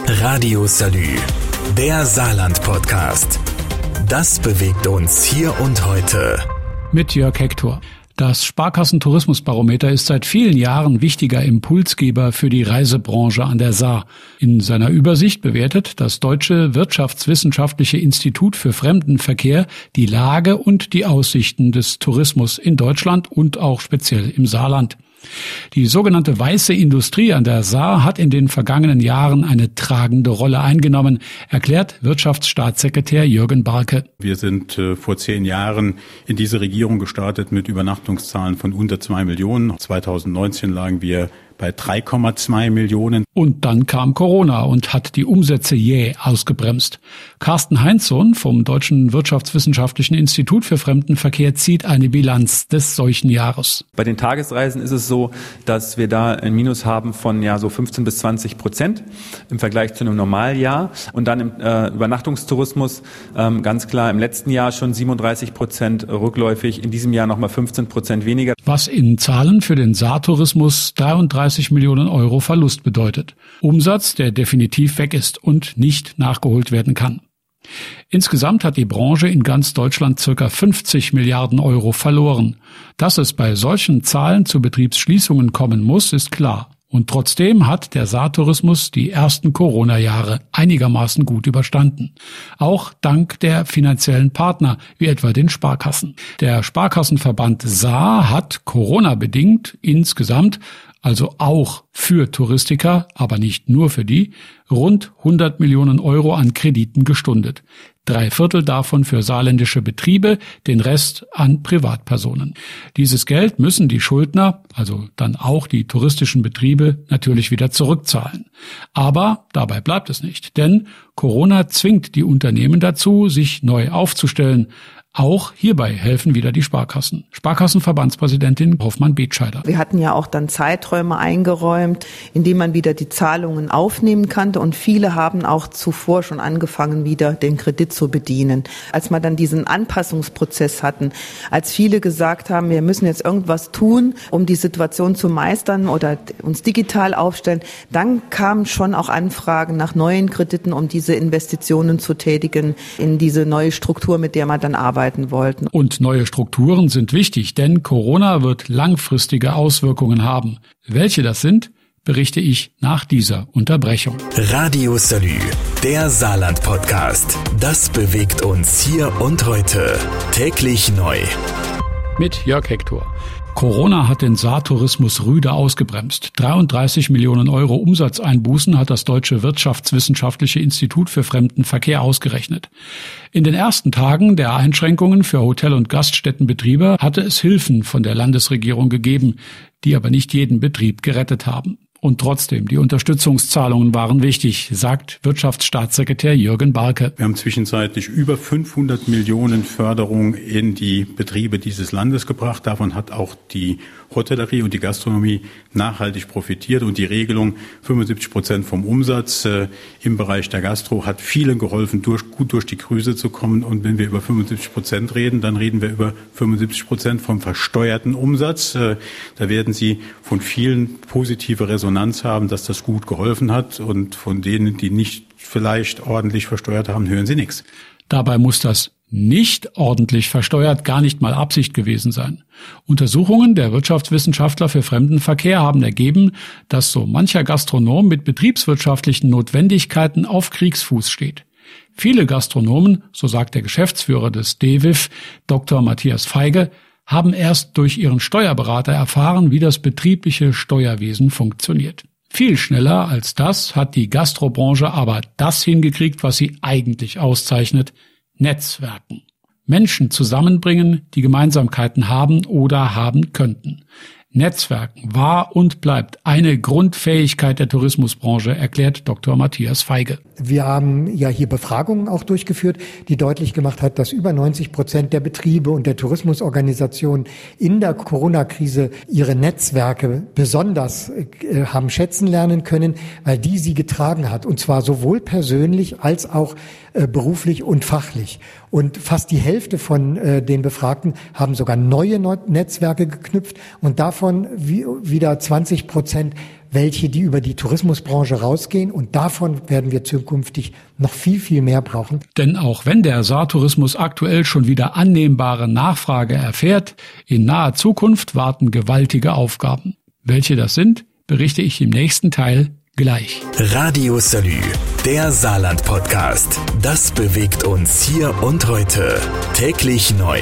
Radio Salü, der Saarland-Podcast. Das bewegt uns hier und heute. Mit Jörg Hector. Das Sparkassen-Tourismusbarometer ist seit vielen Jahren wichtiger Impulsgeber für die Reisebranche an der Saar. In seiner Übersicht bewertet das Deutsche Wirtschaftswissenschaftliche Institut für Fremdenverkehr die Lage und die Aussichten des Tourismus in Deutschland und auch speziell im Saarland. Die sogenannte weiße Industrie an der Saar hat in den vergangenen Jahren eine tragende Rolle eingenommen, erklärt Wirtschaftsstaatssekretär Jürgen Barke. Wir sind vor 10 Jahren in diese Regierung gestartet mit Übernachtungszahlen von unter 2 Millionen. 2019 lagen wir bei 3,2 Millionen. Und dann kam Corona und hat die Umsätze jäh ausgebremst. Carsten Heinzsohn vom Deutschen Wirtschaftswissenschaftlichen Institut für Fremdenverkehr zieht eine Bilanz des solchen Jahres. Bei den Tagesreisen ist es so, dass wir da ein Minus haben von so 15-20% im Vergleich zu einem Normaljahr. Und dann im Übernachtungstourismus ganz klar im letzten Jahr schon 37% rückläufig, in diesem Jahr nochmal 15% weniger. Was in Zahlen für den Saartourismus 33 Millionen Euro Verlust bedeutet. Umsatz, der definitiv weg ist und nicht nachgeholt werden kann. Insgesamt hat die Branche in ganz Deutschland ca. 50 Milliarden Euro verloren. Dass es bei solchen Zahlen zu Betriebsschließungen kommen muss, ist klar. Und trotzdem hat der Saartourismus die ersten Corona-Jahre einigermaßen gut überstanden. Auch dank der finanziellen Partner, wie etwa den Sparkassen. Der Sparkassenverband Saar hat Corona-bedingt insgesamt, also auch für Touristiker, aber nicht nur für die, rund 100 Millionen Euro an Krediten gestundet. 3/4 davon für saarländische Betriebe, den Rest an Privatpersonen. Dieses Geld müssen die Schuldner, also dann auch die touristischen Betriebe, natürlich wieder zurückzahlen. Aber dabei bleibt es nicht, denn Corona zwingt die Unternehmen dazu, sich neu aufzustellen. Auch hierbei helfen wieder die Sparkassen. Sparkassenverbandspräsidentin Hoffmann-Betscheider. Wir hatten ja auch dann Zeiträume eingeräumt, in denen man wieder die Zahlungen aufnehmen konnte. Und viele haben auch zuvor schon angefangen, wieder den Kredit zu bedienen. Als wir dann diesen Anpassungsprozess hatten, als viele gesagt haben, wir müssen jetzt irgendwas tun, um die Situation zu meistern oder uns digital aufstellen, dann kamen schon auch Anfragen nach neuen Krediten, um diese Investitionen zu tätigen in diese neue Struktur, mit der man dann arbeitet. Wollten. Und neue Strukturen sind wichtig, denn Corona wird langfristige Auswirkungen haben. Welche das sind, berichte ich nach dieser Unterbrechung. Radio Salü, der Saarland-Podcast. Das bewegt uns hier und heute. Täglich neu. Mit Jörg Hector. Corona hat den Saartourismus rüde ausgebremst. 33 Millionen Euro Umsatzeinbußen hat das Deutsche Wirtschaftswissenschaftliche Institut für Fremdenverkehr ausgerechnet. In den ersten Tagen der Einschränkungen für Hotel- und Gaststättenbetriebe hatte es Hilfen von der Landesregierung gegeben, die aber nicht jeden Betrieb gerettet haben. Und trotzdem, die Unterstützungszahlungen waren wichtig, sagt Wirtschaftsstaatssekretär Jürgen Barke. Wir haben zwischenzeitlich über 500 Millionen Förderung in die Betriebe dieses Landes gebracht. Davon hat auch die Hotellerie und die Gastronomie nachhaltig profitiert. Und die Regelung 75% vom Umsatz im Bereich der Gastro hat vielen geholfen, gut durch die Krise zu kommen. Und wenn wir über 75% reden, dann reden wir über 75% vom versteuerten Umsatz. Da werden Sie von vielen positive Resonanz haben, dass das gut geholfen hat. Und von denen, die nicht vielleicht ordentlich versteuert haben, hören Sie nichts. Dabei muss das nicht ordentlich versteuert gar nicht mal Absicht gewesen sein. Untersuchungen der Wirtschaftswissenschaftler für Fremdenverkehr haben ergeben, dass so mancher Gastronom mit betriebswirtschaftlichen Notwendigkeiten auf Kriegsfuß steht. Viele Gastronomen, so sagt der Geschäftsführer des DWIF, Dr. Matthias Feige, haben erst durch ihren Steuerberater erfahren, wie das betriebliche Steuerwesen funktioniert. Viel schneller als das hat die Gastrobranche aber das hingekriegt, was sie eigentlich auszeichnet: Netzwerken. Menschen zusammenbringen, die Gemeinsamkeiten haben oder haben könnten. Netzwerken war und bleibt eine Grundfähigkeit der Tourismusbranche, erklärt Dr. Matthias Feige. Wir haben ja hier Befragungen auch durchgeführt, die deutlich gemacht hat, dass über 90% der Betriebe und der Tourismusorganisationen in der Corona-Krise ihre Netzwerke besonders haben schätzen lernen können, weil die sie getragen hat. Und zwar sowohl persönlich als auch beruflich und fachlich. Und fast die Hälfte von den Befragten haben sogar neue Netzwerke geknüpft und davon wieder 20% welche, die über die Tourismusbranche rausgehen. Und davon werden wir zukünftig noch viel, viel mehr brauchen. Denn auch wenn der Saartourismus aktuell schon wieder annehmbare Nachfrage erfährt, in naher Zukunft warten gewaltige Aufgaben. Welche das sind, berichte ich im nächsten Teil gleich. Radio Salü, der Saarland-Podcast. Das bewegt uns hier und heute. Täglich neu.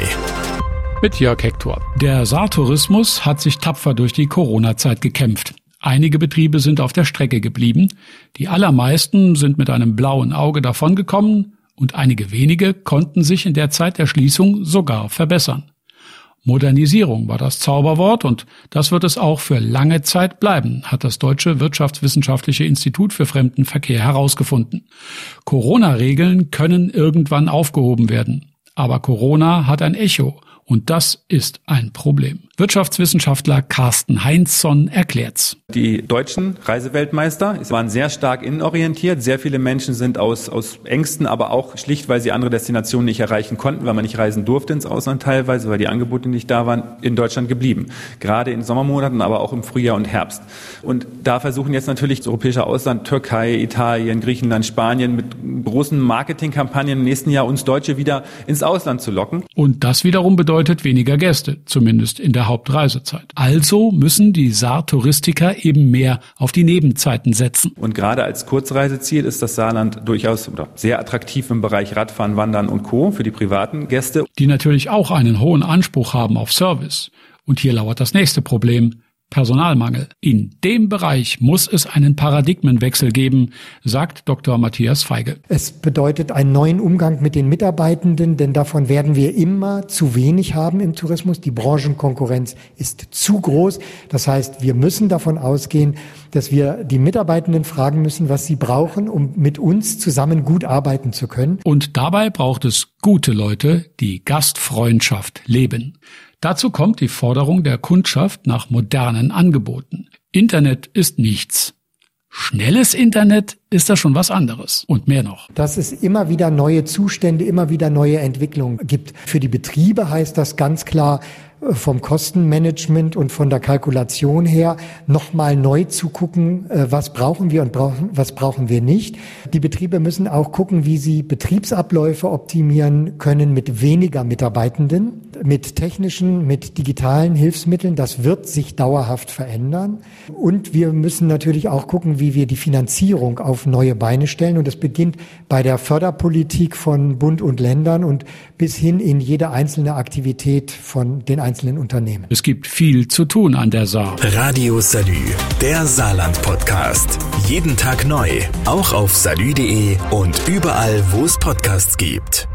Mit Jörg Hector. Der Saartourismus hat sich tapfer durch die Corona-Zeit gekämpft. Einige Betriebe sind auf der Strecke geblieben. Die allermeisten sind mit einem blauen Auge davongekommen und einige wenige konnten sich in der Zeit der Schließung sogar verbessern. Modernisierung war das Zauberwort und das wird es auch für lange Zeit bleiben, hat das Deutsche Wirtschaftswissenschaftliche Institut für Fremdenverkehr herausgefunden. Corona-Regeln können irgendwann aufgehoben werden. Aber Corona hat ein Echo und das ist ein Problem. Wirtschaftswissenschaftler Carsten Heinzson erklärt's. Die deutschen Reiseweltmeister waren sehr stark innenorientiert. Sehr viele Menschen sind aus Ängsten, aber auch schlicht, weil sie andere Destinationen nicht erreichen konnten, weil man nicht reisen durfte ins Ausland teilweise, weil die Angebote nicht da waren, in Deutschland geblieben. Gerade in Sommermonaten, aber auch im Frühjahr und Herbst. Und da versuchen jetzt natürlich das europäische Ausland, Türkei, Italien, Griechenland, Spanien mit großen Marketingkampagnen im nächsten Jahr uns Deutsche wieder ins Ausland zu locken. Und das wiederum bedeutet weniger Gäste, zumindest in der Hauptreisezeit. Also müssen die Saartouristiker eben mehr auf die Nebenzeiten setzen. Und gerade als Kurzreiseziel ist das Saarland durchaus oder sehr attraktiv im Bereich Radfahren, Wandern und Co. für die privaten Gäste. Die natürlich auch einen hohen Anspruch haben auf Service. Und hier lauert das nächste Problem: Personalmangel. In dem Bereich muss es einen Paradigmenwechsel geben, sagt Dr. Matthias Feige. Es bedeutet einen neuen Umgang mit den Mitarbeitenden, denn davon werden wir immer zu wenig haben im Tourismus. Die Branchenkonkurrenz ist zu groß. Das heißt, wir müssen davon ausgehen, dass wir die Mitarbeitenden fragen müssen, was sie brauchen, um mit uns zusammen gut arbeiten zu können. Und dabei braucht es gute Leute, die Gastfreundschaft leben. Dazu kommt die Forderung der Kundschaft nach modernen Angeboten. Internet ist nichts. Schnelles Internet ist da schon was anderes und mehr noch. Dass es immer wieder neue Zustände, immer wieder neue Entwicklungen gibt. Für die Betriebe heißt das ganz klar, vom Kostenmanagement und von der Kalkulation her nochmal neu zu gucken, was brauchen wir und was brauchen wir nicht. Die Betriebe müssen auch gucken, wie sie Betriebsabläufe optimieren können mit weniger Mitarbeitenden, mit technischen, mit digitalen Hilfsmitteln. Das wird sich dauerhaft verändern. Und wir müssen natürlich auch gucken, wie wir die Finanzierung auf neue Beine stellen. Und das beginnt bei der Förderpolitik von Bund und Ländern und bis hin in jede einzelne Aktivität von den einzelnen Unternehmen. Es gibt viel zu tun an der Saar. Radio Salü, der Saarland-Podcast. Jeden Tag neu, auch auf salü.de und überall, wo es Podcasts gibt.